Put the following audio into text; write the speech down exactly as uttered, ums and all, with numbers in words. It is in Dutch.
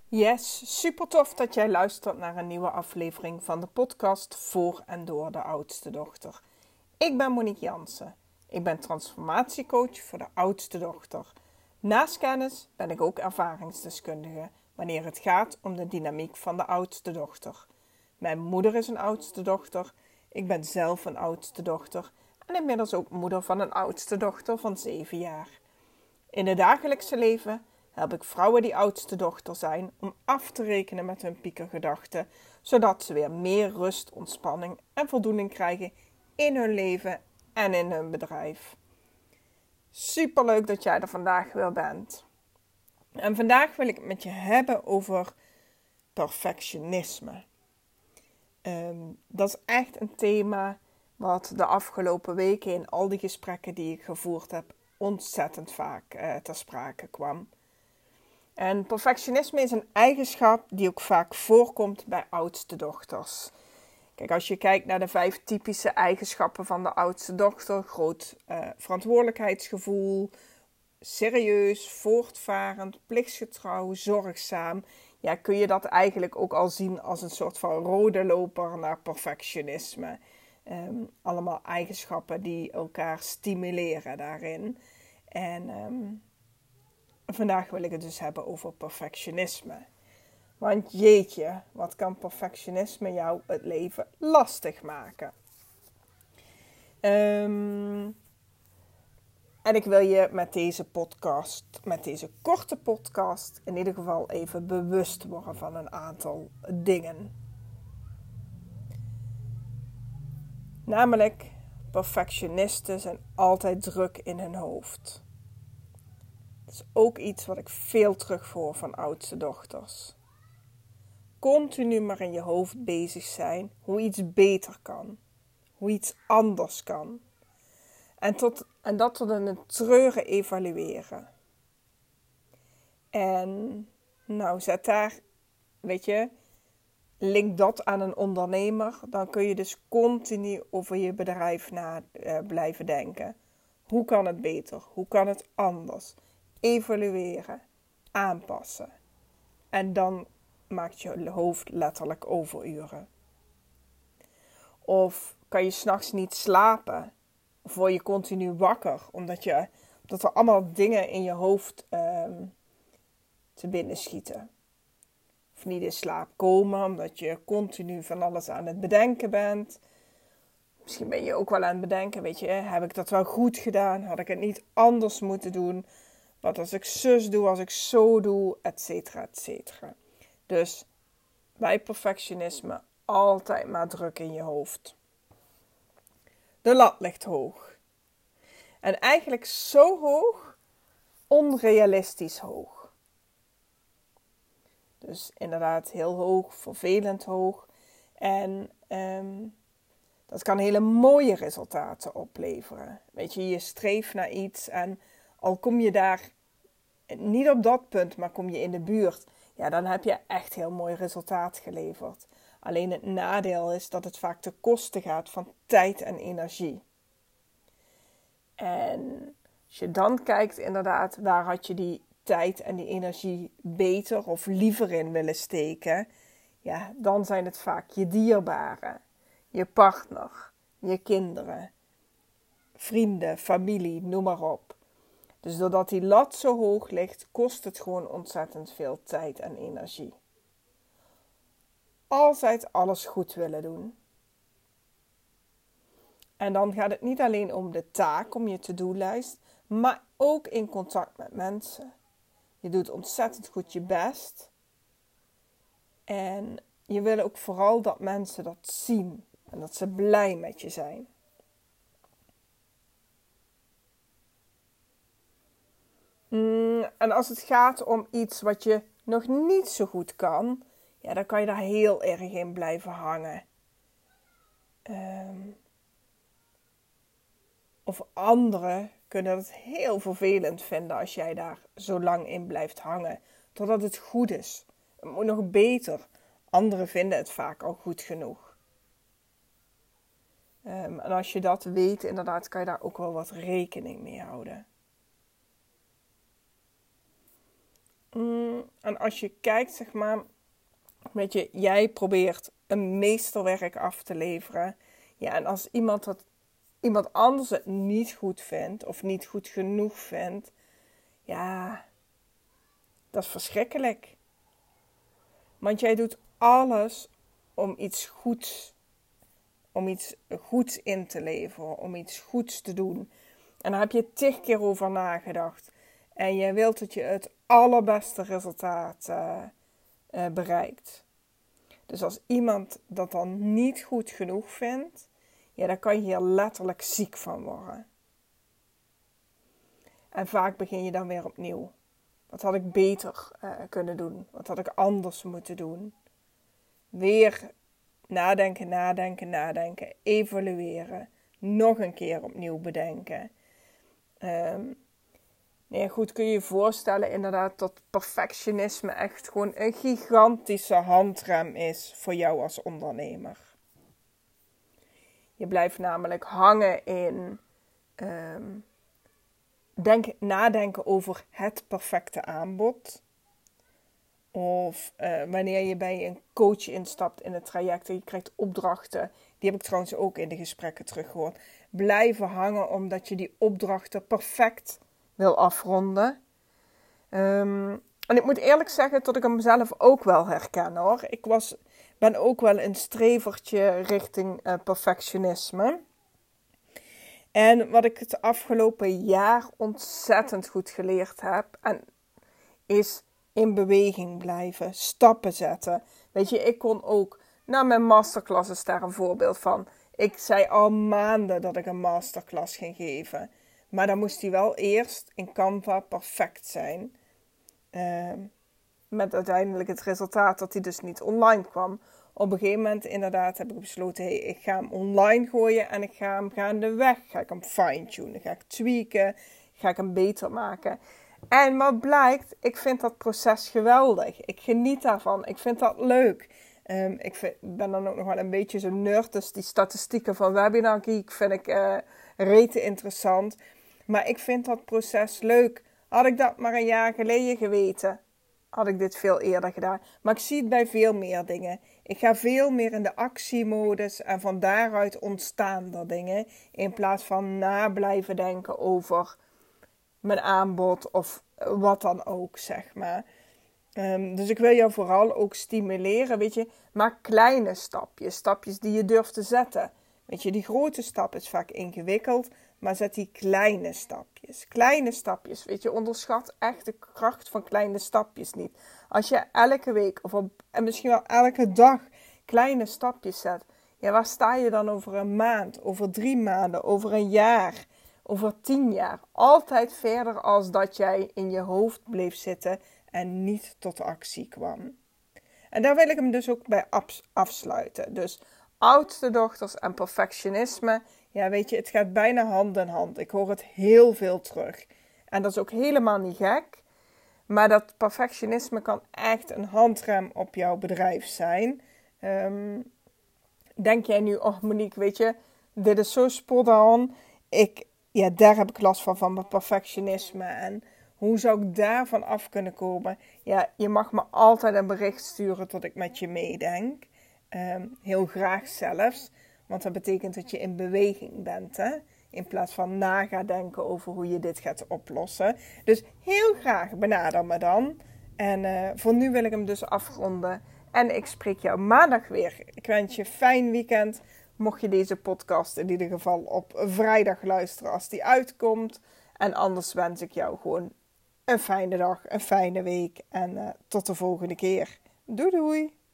Yes, super tof dat jij luistert naar een nieuwe aflevering van de podcast Voor en Door de Oudste Dochter. Ik ben Monique Jansen. Ik ben transformatiecoach voor de oudste dochter. Naast kennis ben ik ook ervaringsdeskundige wanneer het gaat om de dynamiek van de oudste dochter. Mijn moeder is een oudste dochter, ik ben zelf een oudste dochter en inmiddels ook moeder van een oudste dochter van zeven jaar. In het dagelijkse leven help ik vrouwen die oudste dochter zijn om af te rekenen met hun piekergedachten, zodat ze weer meer rust, ontspanning en voldoening krijgen in hun leven en in hun bedrijf. Superleuk dat jij er vandaag weer bent. En vandaag wil ik het met je hebben over perfectionisme. Um, dat is echt een thema wat de afgelopen weken in al die gesprekken die ik gevoerd heb ontzettend vaak uh, ter sprake kwam. En perfectionisme is een eigenschap die ook vaak voorkomt bij oudste dochters. Kijk, als je kijkt naar de vijf typische eigenschappen van de oudste dochter: groot uh, verantwoordelijkheidsgevoel, serieus, voortvarend, plichtsgetrouw, zorgzaam. Ja, kun je dat eigenlijk ook al zien als een soort van rode loper naar perfectionisme. Um, allemaal eigenschappen die elkaar stimuleren daarin. En um, vandaag wil ik het dus hebben over perfectionisme. Want jeetje, wat kan perfectionisme jou het leven lastig maken. Um, en ik wil je met deze podcast, met deze korte podcast, in ieder geval even bewust worden van een aantal dingen. Namelijk, perfectionisten zijn altijd druk in hun hoofd. Dat is ook iets wat ik veel terughoor van oudste dochters. Continu maar in je hoofd bezig zijn hoe iets beter kan. Hoe iets anders kan. En, tot, en dat tot een treuren evalueren. En nou, zet daar, weet je, link dat aan een ondernemer. Dan kun je dus continu over je bedrijf na uh, blijven denken. Hoe kan het beter? Hoe kan het anders? Evalueren, aanpassen. En dan maakt je hoofd letterlijk overuren. Of kan je 's nachts niet slapen? Of word je continu wakker? Omdat, je, omdat er allemaal dingen in je hoofd um, te binnen schieten. Of niet in slaap komen, omdat je continu van alles aan het bedenken bent. Misschien ben je ook wel aan het bedenken, weet je, heb ik dat wel goed gedaan? Had ik het niet anders moeten doen? Wat als ik zus doe, als ik zo doe, et cetera, et cetera. Dus bij perfectionisme altijd maar druk in je hoofd. De lat ligt hoog. En eigenlijk zo hoog, onrealistisch hoog. Dus inderdaad heel hoog, vervelend hoog. En um, dat kan hele mooie resultaten opleveren. Weet je, je streeft naar iets en al kom je daar niet op dat punt, maar kom je in de buurt, ja, dan heb je echt heel mooi resultaat geleverd. Alleen het nadeel is dat het vaak ten koste gaat van tijd en energie. En als je dan kijkt inderdaad, waar had je die tijd en die energie beter of liever in willen steken? Ja, dan zijn het vaak je dierbaren, je partner, je kinderen, vrienden, familie, noem maar op. Dus doordat die lat zo hoog ligt, kost het gewoon ontzettend veel tijd en energie. Altijd alles goed willen doen. En dan gaat het niet alleen om de taak, om je to-do-lijst, maar ook in contact met mensen. Je doet ontzettend goed je best. En je wil ook vooral dat mensen dat zien en dat ze blij met je zijn. Mm, en als het gaat om iets wat je nog niet zo goed kan, ja, dan kan je daar heel erg in blijven hangen. Um, of anderen kunnen het heel vervelend vinden als jij daar zo lang in blijft hangen, totdat het goed is. Het moet nog beter. Anderen vinden het vaak al goed genoeg. Um, en als je dat weet, inderdaad, kan je daar ook wel wat rekening mee houden. Mm, En als je kijkt, zeg maar, weet je, jij probeert een meesterwerk af te leveren. Ja, en als iemand, dat, iemand anders het niet goed vindt of niet goed genoeg vindt, ja, dat is verschrikkelijk. Want jij doet alles om iets goeds, om iets goeds in te leveren, om iets goeds te doen. En daar heb je tig keer over nagedacht. En je wilt dat je het allerbeste resultaat uh, uh, bereikt. Dus als iemand dat dan niet goed genoeg vindt, ja, dan kan je hier letterlijk ziek van worden. En vaak begin je dan weer opnieuw. Wat had ik beter uh, kunnen doen? Wat had ik anders moeten doen? Weer nadenken, nadenken, nadenken. Evalueren. Nog een keer opnieuw bedenken. Um, nee, goed, kun je je voorstellen inderdaad dat perfectionisme echt gewoon een gigantische handrem is voor jou als ondernemer. Je blijft namelijk hangen in um, denk, nadenken over het perfecte aanbod. Of uh, wanneer je bij een coach instapt in het traject en je krijgt opdrachten. Die heb ik trouwens ook in de gesprekken teruggehoord. Blijven hangen omdat je die opdrachten perfect wil afronden. Um, en ik moet eerlijk zeggen dat ik hem zelf ook wel herken hoor. Ik was, ben ook wel een strevertje richting uh, perfectionisme. En wat ik het afgelopen jaar ontzettend goed geleerd heb, en is in beweging blijven, stappen zetten. Weet je, ik kon ook, nou mijn masterclass is daar een voorbeeld van. Ik zei al maanden dat ik een masterclass ging geven. Maar dan moest die wel eerst in Canva perfect zijn. Uh, met uiteindelijk het resultaat dat die dus niet online kwam. Op een gegeven moment inderdaad heb ik besloten, hey, ik ga hem online gooien en ik ga hem gaandeweg. Ga ik hem fine-tunen, ga ik tweaken, ga ik hem beter maken. En wat blijkt, ik vind dat proces geweldig. Ik geniet daarvan, ik vind dat leuk. Um, ik vind, ben dan ook nog wel een beetje zo'n nerd, dus die statistieken van Webinar Geek vind ik uh, rete interessant. Maar ik vind dat proces leuk. Had ik dat maar een jaar geleden geweten, had ik dit veel eerder gedaan. Maar ik zie het bij veel meer dingen. Ik ga veel meer in de actiemodus en van daaruit ontstaan er dingen. In plaats van na blijven denken over mijn aanbod of wat dan ook, zeg maar. Um, dus ik wil jou vooral ook stimuleren, weet je. Maak kleine stapjes, stapjes die je durft te zetten. Weet je, die grote stap is vaak ingewikkeld, maar zet die kleine stapjes. Kleine stapjes, weet je, onderschat echt de kracht van kleine stapjes niet. Als je elke week, of op, en misschien wel elke dag, kleine stapjes zet. Ja, waar sta je dan over een maand, over drie maanden, over een jaar, over tien jaar? Altijd verder als dat jij in je hoofd bleef zitten en niet tot actie kwam. En daar wil ik hem dus ook bij afsluiten. Dus oudste dochters en perfectionisme. Ja, weet je, het gaat bijna hand in hand. Ik hoor het heel veel terug. En dat is ook helemaal niet gek. Maar dat perfectionisme kan echt een handrem op jouw bedrijf zijn. Um, denk jij nu, oh Monique, weet je, dit is zo spot on. Ik, ja, daar heb ik last van, van mijn perfectionisme. En hoe zou ik daarvan af kunnen komen? Ja, je mag me altijd een bericht sturen tot ik met je meedenk. Um, heel graag zelfs. Want dat betekent dat je in beweging bent, hè? In plaats van na gaan denken over hoe je dit gaat oplossen. Dus heel graag benader me dan. En uh, voor nu wil ik hem dus afronden. En ik spreek jou maandag weer. Ik wens je een fijn weekend. Mocht je deze podcast in ieder geval op vrijdag luisteren als die uitkomt. En anders wens ik jou gewoon een fijne dag, een fijne week. En uh, tot de volgende keer. Doei doei!